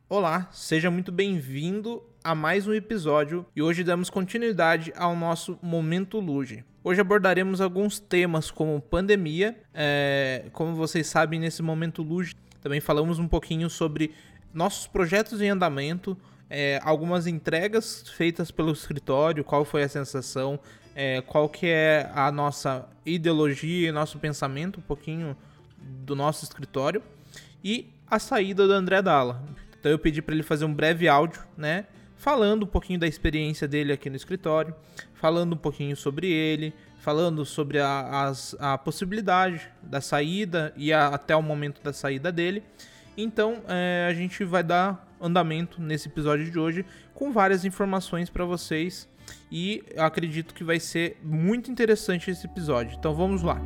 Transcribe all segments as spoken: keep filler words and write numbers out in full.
Olá, seja muito bem-vindo a mais um episódio e hoje damos continuidade ao nosso Momento Luge. Hoje abordaremos alguns temas como pandemia, é, como vocês sabem, nesse Momento Luge também falamos um pouquinho sobre nossos projetos em andamento, é, algumas entregas feitas pelo escritório, qual foi a sensação, é, qual que é a nossa ideologia e nosso pensamento, um pouquinho do nosso escritório e a saída do André Dalla. Então eu pedi para ele fazer um breve áudio, né, falando um pouquinho da experiência dele aqui no escritório, falando um pouquinho sobre ele, falando sobre a, as, a possibilidade da saída e a, até o momento da saída dele. Então é, a gente vai dar andamento nesse episódio de hoje com várias informações para vocês e eu acredito que vai ser muito interessante esse episódio. Então vamos lá.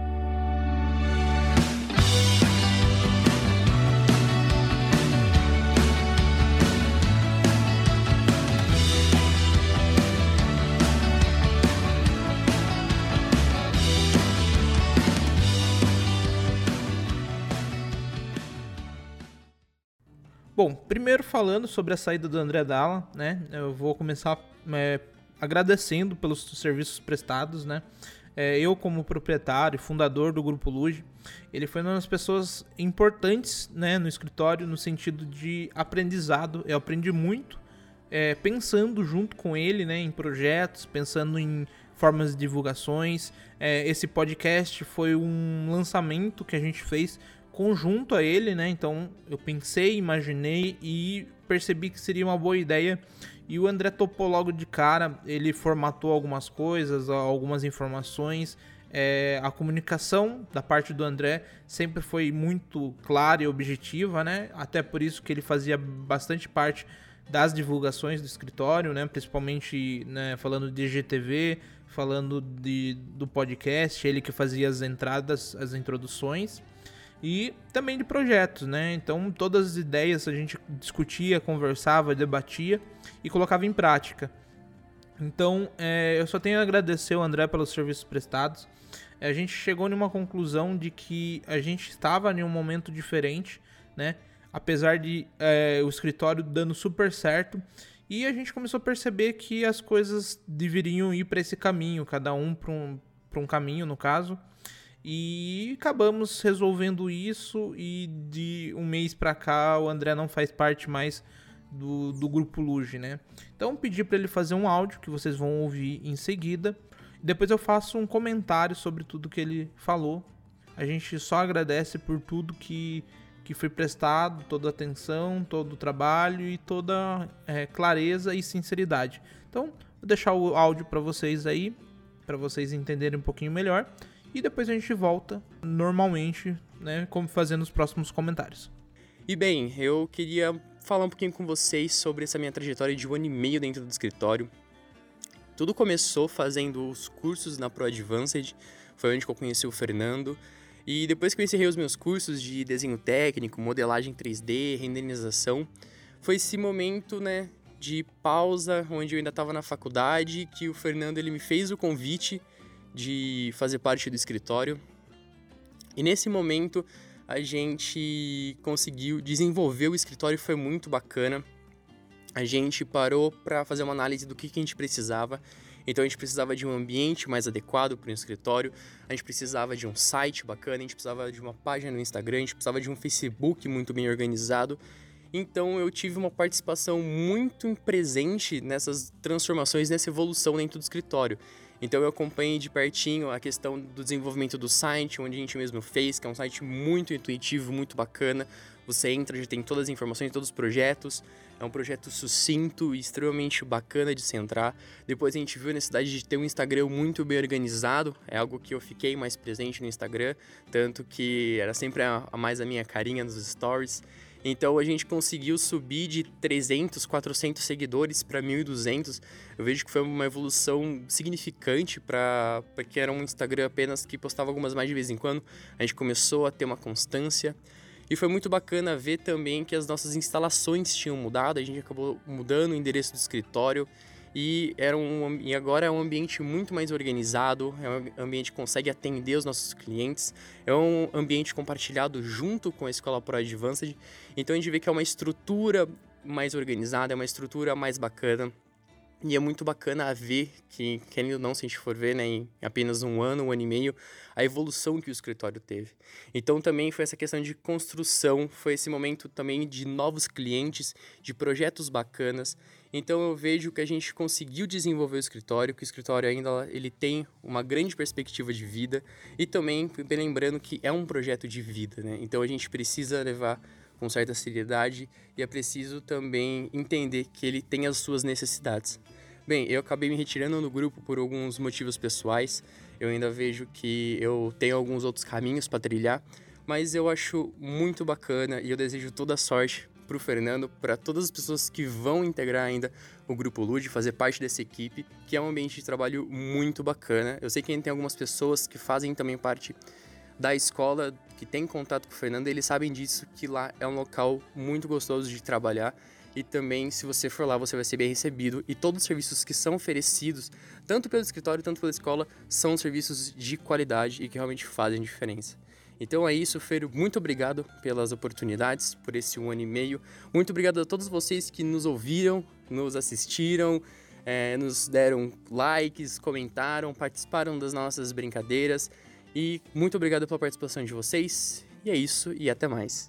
Bom, primeiro falando sobre a saída do André Dalla, né, eu vou começar é, agradecendo pelos serviços prestados, né, é, eu como proprietário, fundador do Grupo Luge, ele foi uma das pessoas importantes, né, no escritório no sentido de aprendizado, eu aprendi muito é, pensando junto com ele, né, em projetos, pensando em formas de divulgações, é, esse podcast foi um lançamento que a gente fez conjunto a ele, né? Então eu pensei, imaginei e percebi que seria uma boa ideia e o André topou logo de cara. Ele formatou algumas coisas, algumas informações. É, a comunicação da parte do André sempre foi muito clara e objetiva, né? Até por isso que ele fazia bastante parte das divulgações do escritório, né? Principalmente, né, falando de I G T V, falando de, do podcast, ele que fazia as entradas, as introduções. E também de projetos, né? Então todas as ideias a gente discutia, conversava, debatia e colocava em prática. Então é, eu só tenho a agradecer ao André pelos serviços prestados. A gente chegou numa conclusão de que a gente estava em um momento diferente, né? Apesar de é, o escritório dando super certo. E a gente começou a perceber que as coisas deveriam ir para esse caminho, cada um para um, para um caminho, no caso. E acabamos resolvendo isso e de um mês pra cá o André não faz parte mais do, do Grupo Luge, né? Então pedi para ele fazer um áudio que vocês vão ouvir em seguida. Depois eu faço um comentário sobre tudo que ele falou. A gente só agradece por tudo que, que foi prestado, toda a atenção, todo o trabalho e toda é, clareza e sinceridade. Então vou deixar o áudio para vocês aí, para vocês entenderem um pouquinho melhor. E depois a gente volta normalmente, né, como fazendo os próximos comentários. E bem, eu queria falar um pouquinho com vocês sobre essa minha trajetória de um ano e meio dentro do escritório. Tudo começou fazendo os cursos na Pro Advanced, foi onde que eu conheci o Fernando. E depois que eu encerrei os meus cursos de desenho técnico, modelagem três D, renderização, foi esse momento, né, de pausa, onde eu ainda estava na faculdade, que o Fernando ele me fez o convite de fazer parte do escritório. E nesse momento a gente conseguiu desenvolver o escritório, foi muito bacana. A gente parou para fazer uma análise do que, que a gente precisava. Então a gente precisava de um ambiente mais adequado para o escritório, a gente precisava de um site bacana, a gente precisava de uma página no Instagram, a gente precisava de um Facebook muito bem organizado. Então eu tive uma participação muito presente nessas transformações, nessa evolução dentro do escritório. Então eu acompanhei de pertinho a questão do desenvolvimento do site, onde a gente mesmo fez, que é um site muito intuitivo, muito bacana. Você entra, já tem todas as informações, todos os projetos. É um projeto sucinto e extremamente bacana de se entrar. Depois a gente viu a necessidade de ter um Instagram muito bem organizado. É algo que eu fiquei mais presente no Instagram, tanto que era sempre a, a mais a minha carinha nos stories. Então a gente conseguiu subir de trezentos, quatrocentos seguidores para mil e duzentos. Eu vejo que foi uma evolução significante para porque era um Instagram apenas que postava algumas mais de vez em quando. A gente começou a ter uma constância. E foi muito bacana ver também que as nossas instalações tinham mudado. A gente acabou mudando o endereço do escritório. E, era um, e agora é um ambiente muito mais organizado, é um ambiente que consegue atender os nossos clientes, é um ambiente compartilhado junto com a Escola Pro Advanced, então a gente vê que é uma estrutura mais organizada, é uma estrutura mais bacana, e é muito bacana ver que, querendo ou não, se a gente for ver, né, em apenas um ano, um ano e meio, a evolução que o escritório teve. Então também foi essa questão de construção, foi esse momento também de novos clientes, de projetos bacanas. Então eu vejo que a gente conseguiu desenvolver o escritório, que o escritório ainda ele tem uma grande perspectiva de vida e também lembrando que é um projeto de vida, né? Então a gente precisa levar com certa seriedade e é preciso também entender que ele tem as suas necessidades. Bem, eu acabei me retirando do grupo por alguns motivos pessoais, eu ainda vejo que eu tenho alguns outros caminhos para trilhar, mas eu acho muito bacana e eu desejo toda a sorte para o Fernando, para todas as pessoas que vão integrar ainda o Grupo Lude, fazer parte dessa equipe, que é um ambiente de trabalho muito bacana. Eu sei que ainda tem algumas pessoas que fazem também parte da escola, que tem contato com o Fernando, e eles sabem disso, que lá é um local muito gostoso de trabalhar. E também, se você for lá, você vai ser bem recebido. E todos os serviços que são oferecidos, tanto pelo escritório, tanto pela escola, são serviços de qualidade e que realmente fazem diferença. Então é isso, Fer, muito obrigado pelas oportunidades, por esse um ano e meio. Muito obrigado a todos vocês que nos ouviram, nos assistiram, é, nos deram likes, comentaram, participaram das nossas brincadeiras. E muito obrigado pela participação de vocês. E é isso, e até mais.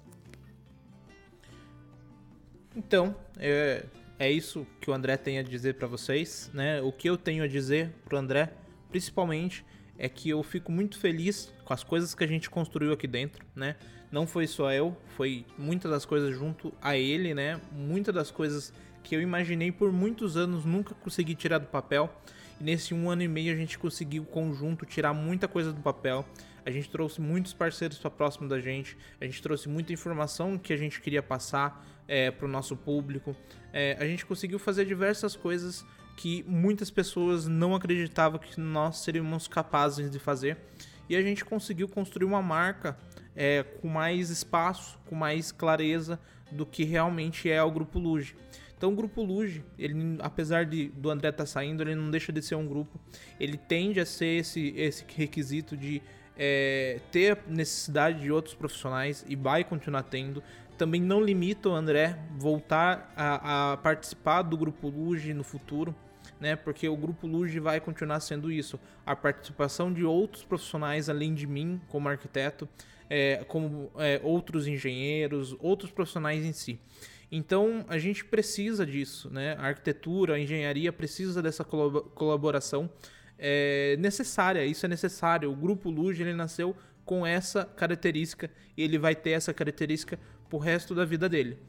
Então, é, é isso que o André tem a dizer para vocês, né? O que eu tenho a dizer pro André, principalmente, é que eu fico muito feliz com as coisas que a gente construiu aqui dentro, né? Não foi só eu, foi muitas das coisas junto a ele, né? Muitas das coisas que eu imaginei por muitos anos nunca consegui tirar do papel. E nesse um ano e meio a gente conseguiu, conjunto, tirar muita coisa do papel. A gente trouxe muitos parceiros para próximo da gente. A gente trouxe muita informação que a gente queria passar é, para o nosso público. É, a gente conseguiu fazer diversas coisas que muitas pessoas não acreditavam que nós seríamos capazes de fazer. E a gente conseguiu construir uma marca é, com mais espaço, com mais clareza do que realmente é o Grupo Luge. Então o Grupo Luge, ele, apesar de, do André estar tá saindo, ele não deixa de ser um grupo. Ele tende a ser esse, esse requisito de é, ter necessidade de outros profissionais e vai continuar tendo. Também não limita o André voltar a, a participar do Grupo Luge no futuro, né? Porque o Grupo Luge vai continuar sendo isso, a participação de outros profissionais além de mim como arquiteto, é, como é, outros engenheiros, outros profissionais em si. Então a gente precisa disso, né? A arquitetura, a engenharia precisa dessa colaboração é, necessária, isso é necessário. O Grupo Luge ele nasceu com essa característica e ele vai ter essa característica pro resto da vida dele.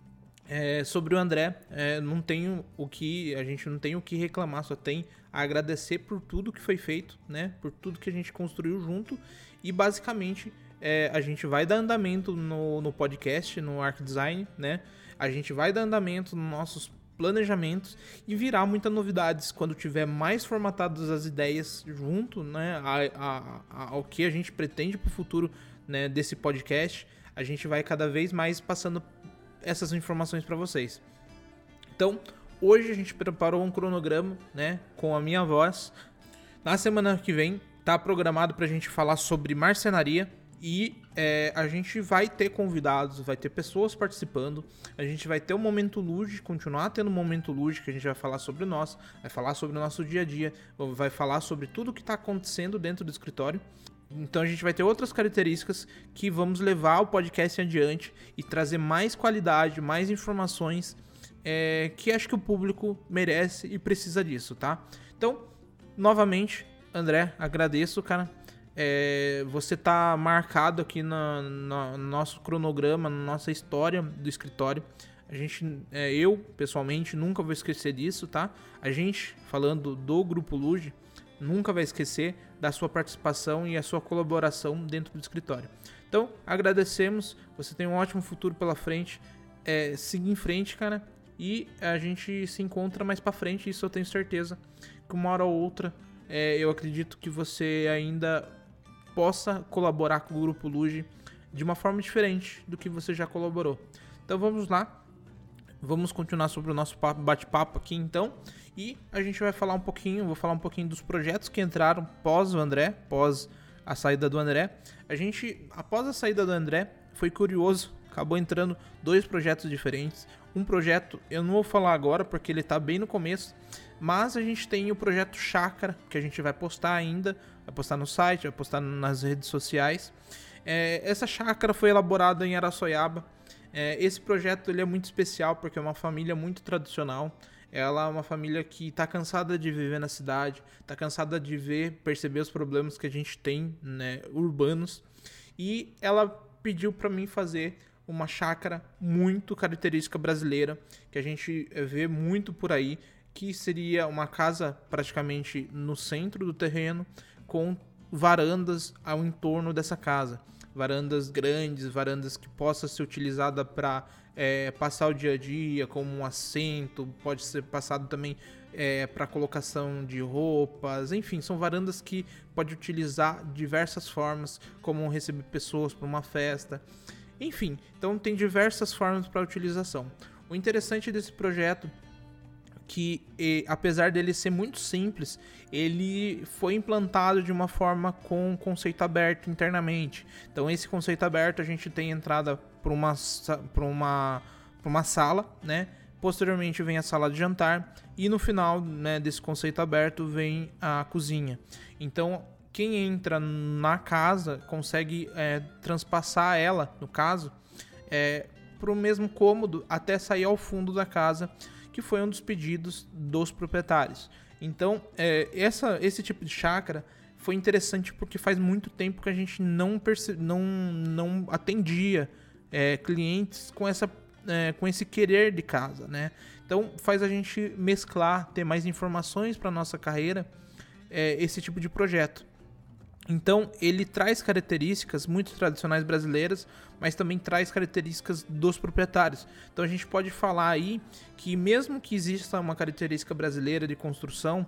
É, sobre o André, é, não tenho o que, a gente não tem o que reclamar, só tem a agradecer por tudo que foi feito, né? Por tudo que a gente construiu junto e basicamente é, a gente vai dar andamento no, no podcast, no Arc Design, né? A gente vai dar andamento nos nossos planejamentos e virá muitas novidades quando tiver mais formatadas as ideias junto, né? A, a, a, ao que a gente pretende para o futuro, né, desse podcast, a gente vai cada vez mais passando essas informações para vocês. Então, hoje a gente preparou um cronograma, né, com a minha voz. Na semana que vem tá programado pra gente falar sobre marcenaria e é, a gente vai ter convidados, vai ter pessoas participando, a gente vai ter o Momento Luge, continuar tendo o Momento Luge, que a gente vai falar sobre nós, vai falar sobre o nosso dia a dia, vai falar sobre tudo que tá acontecendo dentro do escritório. Então a gente vai ter outras características que vamos levar o podcast adiante e trazer mais qualidade, mais informações é, que acho que o público merece e precisa disso, tá? Então, novamente, André, agradeço, cara. É, você tá marcado aqui no, no nosso cronograma, na nossa história do escritório. A gente, é, eu, pessoalmente, nunca vou esquecer disso, tá? A gente, falando do Grupo Luge, nunca vai esquecer da sua participação e a sua colaboração dentro do escritório. Então, agradecemos. Você tem um ótimo futuro pela frente. É, siga em frente, cara. E a gente se encontra mais pra frente. Isso eu tenho certeza que uma hora ou outra é, eu acredito que você ainda possa colaborar com o Grupo Luge de uma forma diferente do que você já colaborou. Então vamos lá. vamos continuar sobre o nosso bate-papo aqui então, e a gente vai falar um pouquinho, vou falar um pouquinho dos projetos que entraram pós o André, pós a saída do André. A gente, após a saída do André, foi curioso, acabou entrando dois projetos diferentes. Um projeto, eu não vou falar agora porque ele tá bem no começo, mas a gente tem o projeto Chácara, que a gente vai postar ainda, vai postar no site, vai postar nas redes sociais. É, essa chácara foi elaborada em Araçoiaba. É, esse projeto ele é muito especial porque é uma família muito tradicional. Ela é uma família que está cansada de viver na cidade, está cansada de ver, perceber os problemas que a gente tem, né, urbanos. E ela pediu para mim fazer uma chácara muito característica brasileira, que a gente vê muito por aí, que seria uma casa praticamente no centro do terreno, com varandas ao entorno dessa casa. Varandas grandes, varandas que possa ser utilizada para é, passar o dia a dia, como um assento, pode ser passado também é, para colocação de roupas, enfim, são varandas que pode utilizar de diversas formas, como receber pessoas para uma festa, enfim, então tem diversas formas para utilização. O interessante desse projeto que, e, apesar dele ser muito simples, ele foi implantado de uma forma com conceito aberto internamente. Então esse conceito aberto a gente tem entrada para uma, para uma, para uma sala, né? Posteriormente vem a sala de jantar e no final, né, desse conceito aberto vem a cozinha. Então quem entra na casa consegue é, transpassar ela, no caso, é, para o mesmo cômodo até sair ao fundo da casa, que foi um dos pedidos dos proprietários. Então, é, essa, esse tipo de chácara foi interessante porque faz muito tempo que a gente não, perce- não, não atendia é, clientes com, essa, é, com esse querer de casa, né? Então, faz a gente mesclar, ter mais informações para a nossa carreira, é, esse tipo de projeto. Então, ele traz características muito tradicionais brasileiras, mas também traz características dos proprietários. Então, a gente pode falar aí que mesmo que exista uma característica brasileira de construção,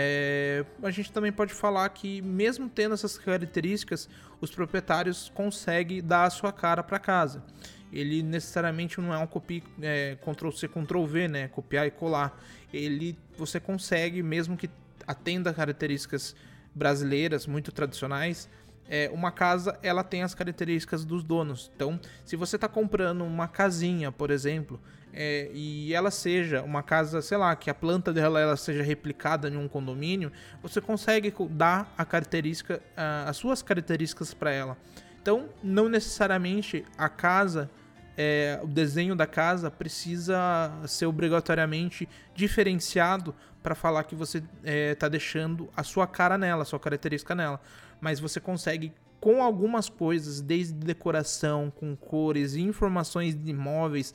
é, a gente também pode falar que mesmo tendo essas características, os proprietários conseguem dar a sua cara para casa. Ele necessariamente não é um copy, é, control C, control V, né? Copiar e colar. Ele, você consegue, mesmo que atenda características brasileiras muito tradicionais, é, uma casa ela tem as características dos donos. Então, se você está comprando uma casinha, por exemplo, é, e ela seja uma casa, sei lá, que a planta dela ela seja replicada em um condomínio, você consegue dar a característica, a, as suas características para ela. Então, não necessariamente a casa, é, o desenho da casa precisa ser obrigatoriamente diferenciado para falar que você está é, deixando a sua cara nela, a sua característica nela. Mas você consegue, com algumas coisas, desde decoração, com cores, informações de imóveis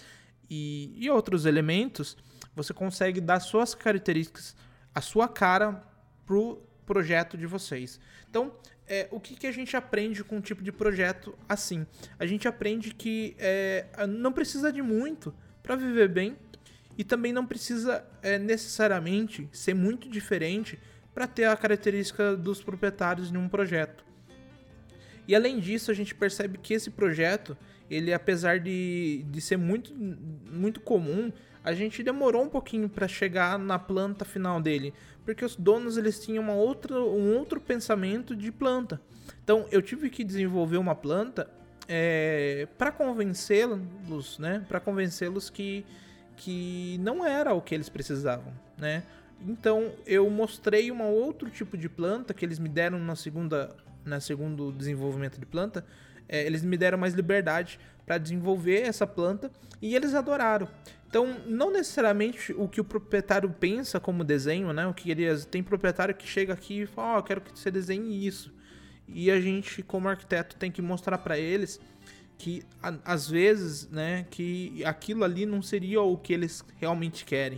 e, e outros elementos, você consegue dar suas características, a sua cara pro projeto de vocês. Então, é, o que, que a gente aprende com um tipo de projeto assim? A gente aprende que é, não precisa de muito para viver bem, e também não precisa é, necessariamente ser muito diferente para ter a característica dos proprietários em um projeto. E além disso, a gente percebe que esse projeto, ele apesar de, de ser muito, muito comum, a gente demorou um pouquinho para chegar na planta final dele, porque os donos eles tinham uma outra, um outro pensamento de planta. Então eu tive que desenvolver uma planta é, para convencê-los, né? Para convencê-los que que não era o que eles precisavam, né? Então eu mostrei um outro tipo de planta que eles me deram na segunda, na segundo desenvolvimento de planta. É, eles me deram mais liberdade para desenvolver essa planta e eles adoraram. Então não necessariamente o que o proprietário pensa como desenho, né? O que eles tem proprietário que chega aqui e fala, ó, oh, eu quero que você desenhe isso. E a gente como arquiteto tem que mostrar para eles que às vezes, né, que aquilo ali não seria o que eles realmente querem.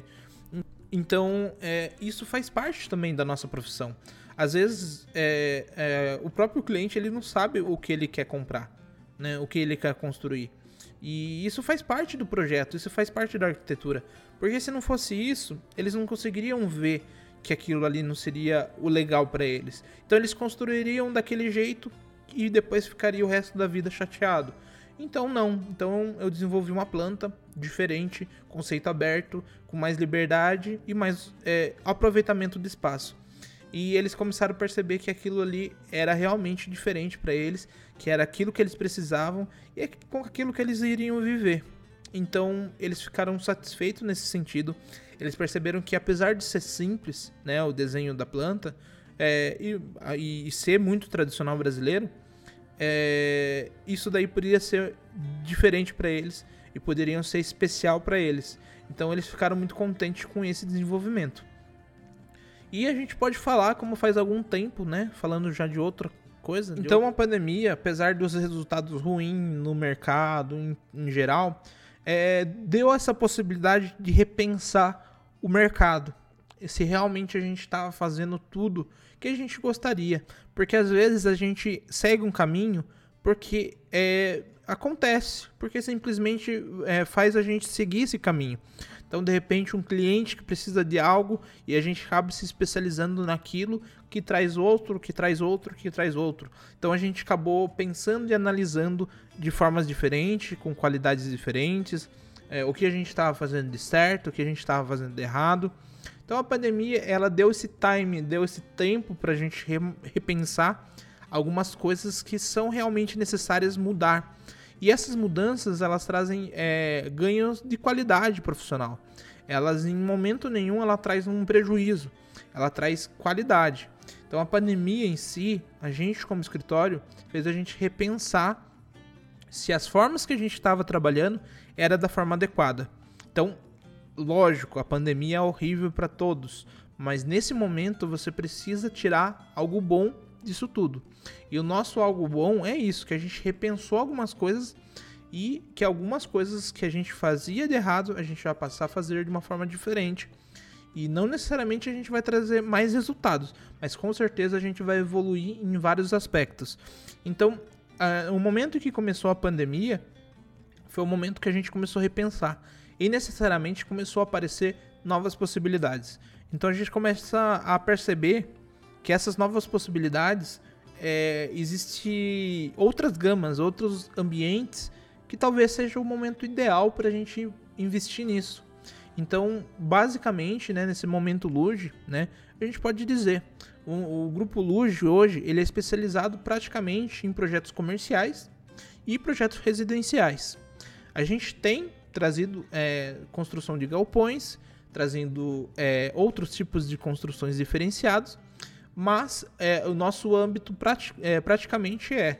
Então, é, isso faz parte também da nossa profissão. Às vezes, é, é, o próprio cliente ele não sabe o que ele quer comprar, né, o que ele quer construir. E isso faz parte do projeto, isso faz parte da arquitetura. Porque se não fosse isso, eles não conseguiriam ver que aquilo ali não seria o legal para eles. Então, eles construiriam daquele jeito e depois ficaria o resto da vida chateado. Então não, então eu desenvolvi uma planta diferente, conceito aberto, com mais liberdade e mais é, aproveitamento do espaço. E eles começaram a perceber que aquilo ali era realmente diferente para eles, que era aquilo que eles precisavam e é com aquilo que eles iriam viver. Então eles ficaram satisfeitos nesse sentido. Eles perceberam que apesar de ser simples, né, o desenho da planta é, e, e ser muito tradicional brasileiro, é, isso daí poderia ser diferente para eles e poderiam ser especial para eles. Então eles ficaram muito contentes com esse desenvolvimento. E a gente pode falar, como faz algum tempo, né, falando já de outra coisa. Então outra... a pandemia, apesar dos resultados ruins no mercado em, em geral, é, deu essa possibilidade de repensar o mercado. Se realmente a gente estava fazendo tudo que a gente gostaria. Porque às vezes a gente segue um caminho porque é, acontece, porque simplesmente é, faz a gente seguir esse caminho. Então, de repente, um cliente que precisa de algo e a gente acaba se especializando naquilo que traz outro, que traz outro, que traz outro. Então, a gente acabou pensando e analisando de formas diferentes, com qualidades diferentes, é, o que a gente estava fazendo de certo, o que a gente estava fazendo de errado. Então, a pandemia, ela deu esse time, deu esse tempo para a gente re- repensar algumas coisas que são realmente necessárias mudar. E essas mudanças, elas trazem é, ganhos de qualidade profissional. Elas, em momento nenhum, ela traz um prejuízo. Ela traz qualidade. Então, a pandemia em si, a gente como escritório, fez a gente repensar se as formas que a gente estava trabalhando era da forma adequada. Então, lógico, a pandemia é horrível para todos. Mas, nesse momento, você precisa tirar algo bom disso tudo. E o nosso algo bom é isso, que a gente repensou algumas coisas e que algumas coisas que a gente fazia de errado, a gente vai passar a fazer de uma forma diferente. E não necessariamente a gente vai trazer mais resultados, mas com certeza a gente vai evoluir em vários aspectos. Então, uh, o momento que começou a pandemia foi o momento que a gente começou a repensar. E necessariamente começou a aparecer novas possibilidades. Então a gente começa a perceber que essas novas possibilidades, é, existem outras gamas, outros ambientes que talvez seja o momento ideal para a gente investir nisso. Então, basicamente, né, nesse momento Luge, né, a gente pode dizer, o, o grupo Luge hoje ele é especializado praticamente em projetos comerciais e projetos residenciais. A gente tem trazido é, construção de galpões, trazendo é, outros tipos de construções diferenciados, mas é, o nosso âmbito prati- é, praticamente é,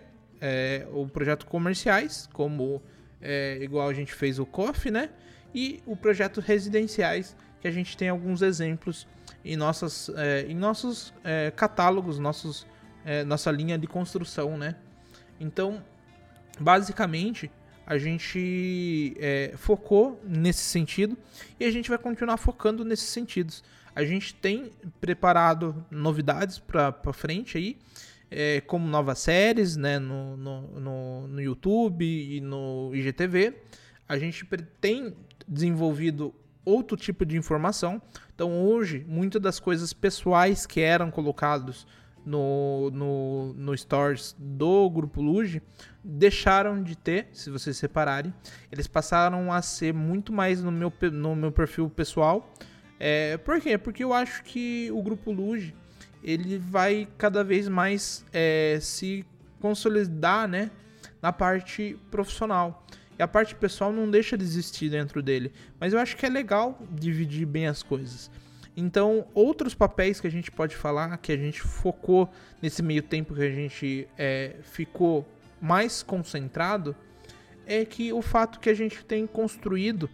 é o projeto comerciais, como é, igual a gente fez o C O F, né? E o projeto residenciais, que a gente tem alguns exemplos em, nossas, é, em nossos é, catálogos, nossos, é, nossa linha de construção, né? Então, basicamente, a gente é, focou nesse sentido e a gente vai continuar focando nesses sentidos. A gente tem preparado novidades para frente aí, é, como novas séries, né, no, no, no, no YouTube e no I G T V. A gente tem desenvolvido outro tipo de informação. Então hoje, muitas das coisas pessoais que eram colocadas no, no, no Stories do Grupo Luge deixaram de ter, se vocês separarem. Eles passaram a ser muito mais no meu, no meu perfil pessoal. É, por quê? Porque eu acho que o Grupo Luge ele vai cada vez mais é, se consolidar, né, na parte profissional. E a parte pessoal não deixa de existir dentro dele. Mas eu acho que é legal dividir bem as coisas. Então, outros papéis que a gente pode falar, que a gente focou nesse meio tempo que a gente é, ficou mais concentrado, é que o fato que a gente tem construído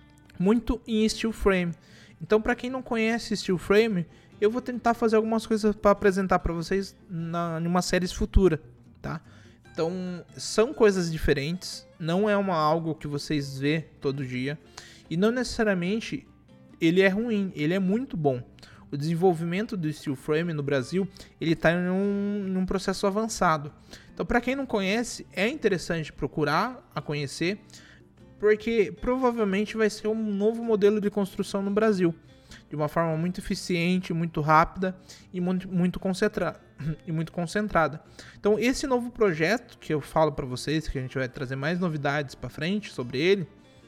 muito em steel frame. Então, para quem não conhece steel frame, eu vou tentar fazer algumas coisas para apresentar para vocês na, em uma série futura, tá? Então, são coisas diferentes, não é uma, algo que vocês vê todo dia, e não necessariamente ele é ruim, ele é muito bom. O desenvolvimento do steel frame no Brasil, ele está em um, em um processo avançado. Então, para quem não conhece, é interessante procurar a conhecer, porque provavelmente vai ser um novo modelo de construção no Brasil. de uma forma muito eficiente, muito rápida e muito, muito, concentra e muito concentrada. Então, esse novo projeto que eu falo para vocês, que a gente vai trazer mais novidades para frente sobre ele,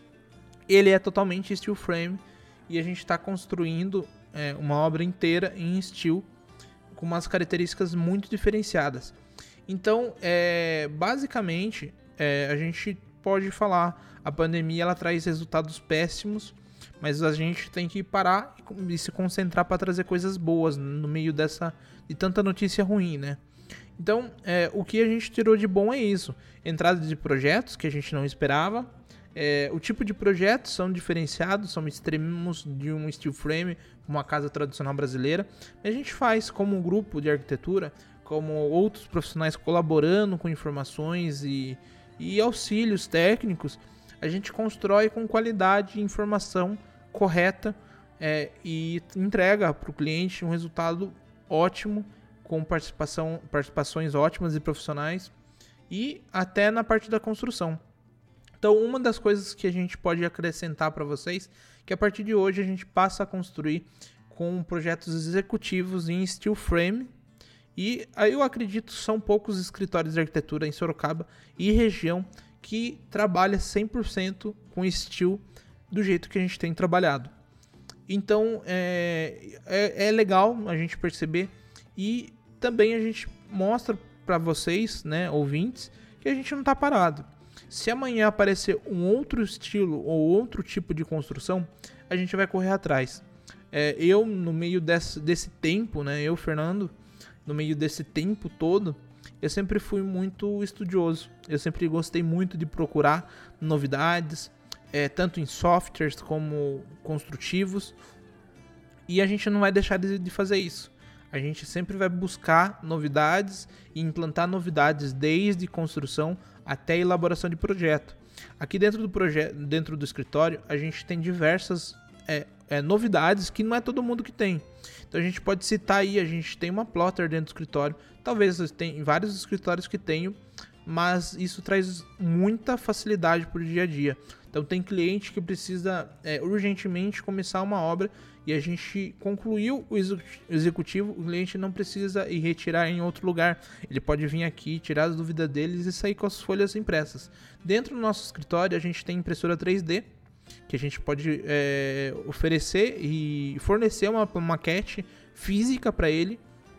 ele é totalmente steel frame e a gente está construindo é, uma obra inteira em steel com umas características muito diferenciadas. Então, é, basicamente, é, a gente pode falar, a pandemia ela traz resultados péssimos, mas a gente tem que parar e se concentrar para trazer coisas boas no meio dessa de tanta notícia ruim, né? Então, é, o que a gente tirou de bom é isso. Entrada de projetos que a gente não esperava. É, o tipo de projetos são diferenciados, são extremos de um steel frame, uma casa tradicional brasileira. A gente faz como um grupo de arquitetura, como outros profissionais colaborando com informações e, e auxílios técnicos, a gente constrói com qualidade e informação correta é, e entrega para o cliente um resultado ótimo, com participação, participações ótimas e profissionais e até na parte da construção. Então, uma das coisas que a gente pode acrescentar para vocês, que a partir de hoje a gente passa a construir com projetos executivos em steel frame. E aí eu acredito que são poucos escritórios de arquitetura em Sorocaba e região que trabalha cem por cento com steel do jeito que a gente tem trabalhado. Então é, é, é legal a gente perceber e também a gente mostra para vocês, né, ouvintes, que a gente não está parado. Se amanhã aparecer um outro estilo ou outro tipo de construção, a gente vai correr atrás. É, eu, no meio desse, desse tempo, né, eu, Fernando, no meio desse tempo todo, eu sempre fui muito estudioso. Eu sempre gostei muito de procurar novidades, é, tanto em softwares como construtivos. E a gente não vai deixar de, de fazer isso. A gente sempre vai buscar novidades e implantar novidades desde construção até elaboração de projeto. Aqui dentro do projeto, dentro do escritório, a gente tem diversas é, é, novidades que não é todo mundo que tem. Então a gente pode citar aí, a gente tem uma plotter dentro do escritório, talvez tem vários escritórios que tenham, mas isso traz muita facilidade para o dia a dia. Então tem cliente que precisa é, urgentemente começar uma obra e a gente concluiu o executivo, o cliente não precisa ir retirar em outro lugar, ele pode vir aqui, tirar as dúvidas deles e sair com as folhas impressas. Dentro do nosso escritório a gente tem impressora três D, que a gente pode é, oferecer e fornecer uma maquete física para ele,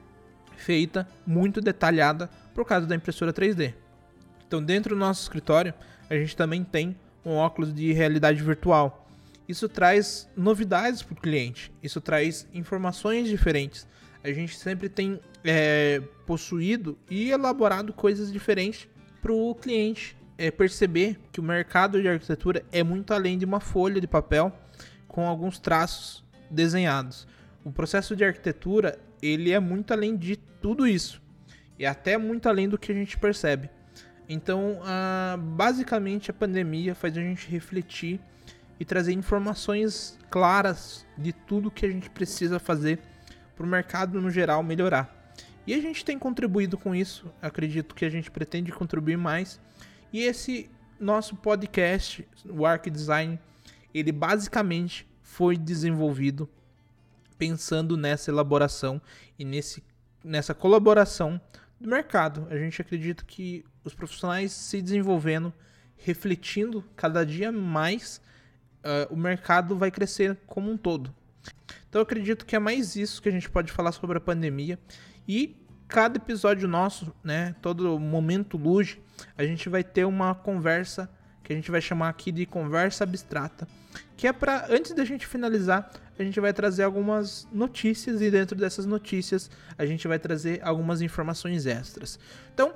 feita, muito detalhada, por causa da impressora três D. Então dentro do nosso escritório a gente também tem um óculos de realidade virtual. Isso traz novidades para o cliente, isso traz informações diferentes. A gente sempre tem é, possuído e elaborado coisas diferentes para o cliente é, perceber que o mercado de arquitetura é muito além de uma folha de papel com alguns traços desenhados. O processo de arquitetura ele é muito além de tudo isso e até muito além do que a gente percebe. Então, ah, basicamente a pandemia faz a gente refletir e trazer informações claras de tudo que a gente precisa fazer para o mercado no geral melhorar. E a gente tem contribuído com isso, acredito que a gente pretende contribuir mais. E esse nosso podcast, o Arc Design, ele basicamente foi desenvolvido pensando nessa elaboração e nesse, nessa colaboração do mercado. A gente acredita que os profissionais se desenvolvendo, refletindo cada dia mais, uh, o mercado vai crescer como um todo. Então eu acredito que é mais isso que a gente pode falar sobre a pandemia. E cada episódio nosso, né, todo momento Luge, a gente vai ter uma conversa que a gente vai chamar aqui de conversa abstrata, que é para, antes da gente finalizar, a gente vai trazer algumas notícias e dentro dessas notícias a gente vai trazer algumas informações extras. Então,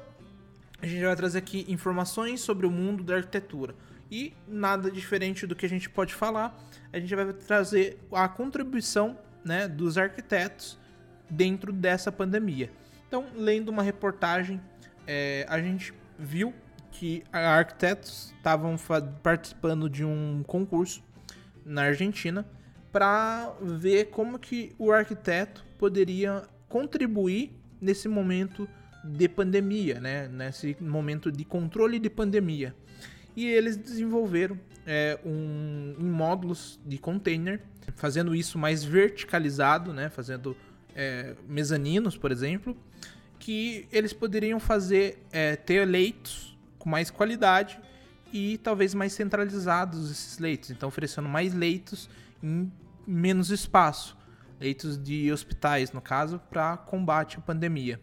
a gente vai trazer aqui informações sobre o mundo da arquitetura e nada diferente do que a gente pode falar, a gente vai trazer a contribuição, né, dos arquitetos dentro dessa pandemia. Então, lendo uma reportagem, é, a gente viu que arquitetos estavam participando de um concurso na Argentina para ver como que o arquiteto poderia contribuir nesse momento de pandemia, né? Nesse momento de controle de pandemia. e eles desenvolveram é, um, em módulos de container, fazendo isso mais verticalizado, né, fazendo é, mezaninos, por exemplo, que eles poderiam fazer é, ter leitos com mais qualidade e talvez mais centralizados esses leitos, então oferecendo mais leitos em menos espaço, leitos de hospitais, no caso, para combate à pandemia.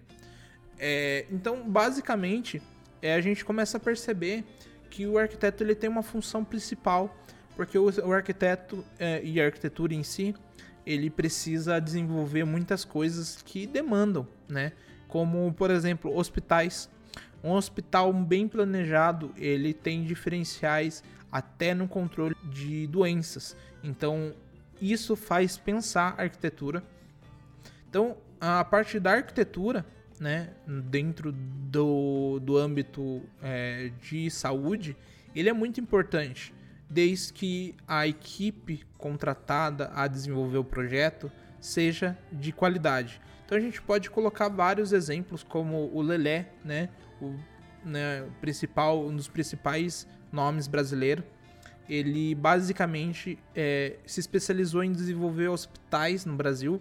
É, então, basicamente, é, a gente começa a perceber que o arquiteto ele tem uma função principal, porque o, o arquiteto é, e a arquitetura em si, ele precisa desenvolver muitas coisas que demandam, né? Como, por exemplo, hospitais. Um hospital bem planejado, ele tem diferenciais até no controle de doenças. Então, isso faz pensar a arquitetura. Então, a parte da arquitetura, né, dentro do, do âmbito é, de saúde, ele é muito importante, desde que a equipe contratada a desenvolver o projeto seja de qualidade. Então a gente pode colocar vários exemplos, como o Lelé, né, o né, principal, um dos principais nomes brasileiros. Ele basicamente é, se especializou em desenvolver hospitais no Brasil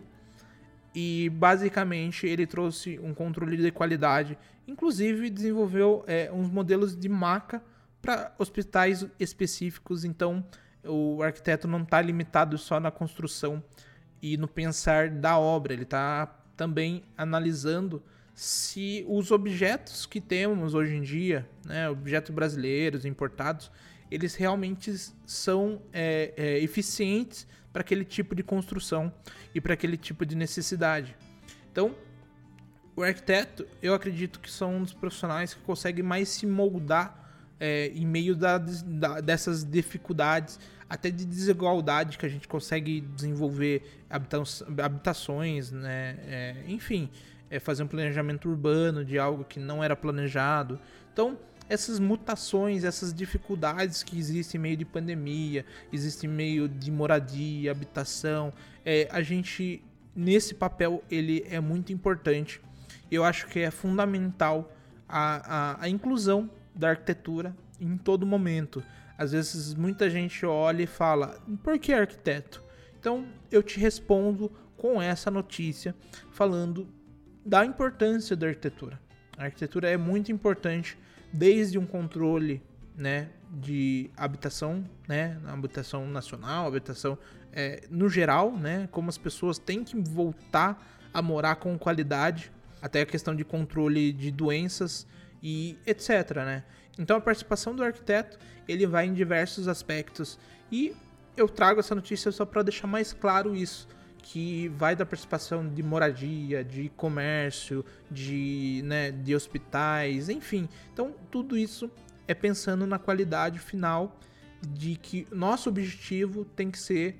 e basicamente ele trouxe um controle de qualidade, inclusive desenvolveu é, uns modelos de maca para hospitais específicos. Então o arquiteto não está limitado só na construção e no pensar da obra, ele está também analisando se os objetos que temos hoje em dia, né, objetos brasileiros importados, eles realmente são é, é, eficientes para aquele tipo de construção e para aquele tipo de necessidade. Então, o arquiteto, eu acredito que são um dos profissionais que consegue mais se moldar é, em meio da, da, dessas dificuldades, até de desigualdade que a gente consegue desenvolver habita- habitações, né? É, enfim, é fazer um planejamento urbano de algo que não era planejado. Então, essas mutações, essas dificuldades que existem em meio de pandemia, existem em meio de moradia, habitação, é, a gente, nesse papel, ele é muito importante. Eu acho que é fundamental a, a, a inclusão da arquitetura em todo momento. Às vezes muita gente olha e fala, por que arquiteto? Então eu te respondo com essa notícia, falando da importância da arquitetura. A arquitetura é muito importante, desde um controle, né, de habitação, né, habitação nacional, habitação é, no geral, né, como as pessoas têm que voltar a morar com qualidade, até a questão de controle de doenças e etc, né? Então a participação do arquiteto, ele vai em diversos aspectos, e eu trago essa notícia só para deixar mais claro isso, que vai da participação de moradia, de comércio, de, né, de hospitais, enfim. Então tudo isso é pensando na qualidade final, de que nosso objetivo tem que ser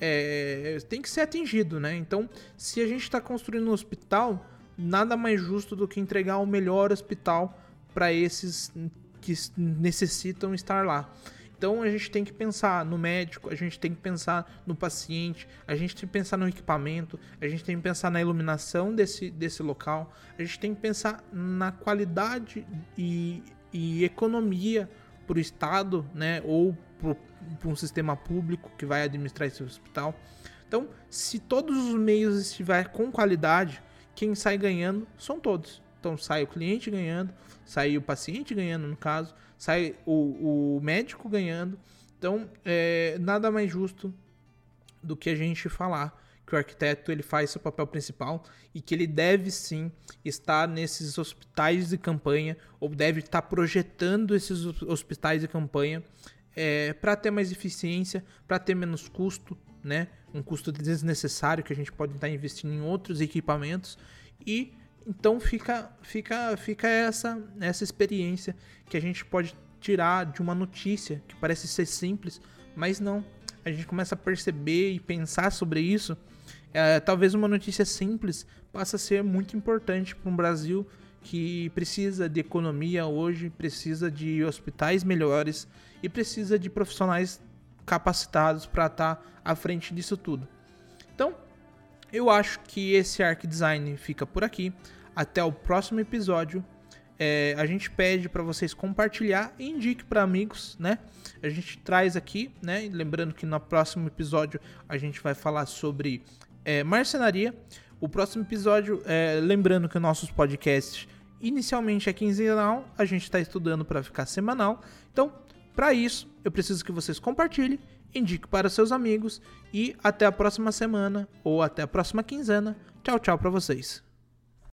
é, tem que ser atingido, né? Então, se a gente está construindo um hospital, nada mais justo do que entregar o melhor hospital para esses que necessitam estar lá. Então a gente tem que pensar no médico, a gente tem que pensar no paciente, a gente tem que pensar no equipamento, a gente tem que pensar na iluminação desse, desse local, a gente tem que pensar na qualidade e, e economia para o Estado, né, ou para um sistema público que vai administrar esse hospital. Então, se todos os meios estiverem com qualidade, quem sai ganhando são todos. Então sai o cliente ganhando, sai o paciente ganhando, no caso, sai o, o médico ganhando. Então é nada mais justo do que a gente falar que o arquiteto ele faz seu papel principal e que ele deve sim estar nesses hospitais de campanha, ou deve estar projetando esses hospitais de campanha é, para ter mais eficiência, para ter menos custo, né? Um custo desnecessário que a gente pode estar investindo em outros equipamentos. E então fica, fica, fica essa, essa experiência que a gente pode tirar de uma notícia que parece ser simples, mas não. A gente começa a perceber e pensar sobre isso. É, talvez uma notícia simples passe a ser muito importante para um Brasil que precisa de economia hoje, precisa de hospitais melhores e precisa de profissionais capacitados para estar à frente disso tudo. Então, eu acho que esse Arc Design fica por aqui. Até o próximo episódio. é, a gente pede para vocês compartilhar e indique para amigos, né? A gente traz aqui, né? Lembrando que no próximo episódio a gente vai falar sobre é, marcenaria. O próximo episódio, é, lembrando que nossos podcasts inicialmente é quinzenal, a gente está estudando para ficar semanal. Então, para isso, eu preciso que vocês compartilhem, indique para seus amigos e até a próxima semana ou até a próxima quinzena. Tchau, tchau para vocês.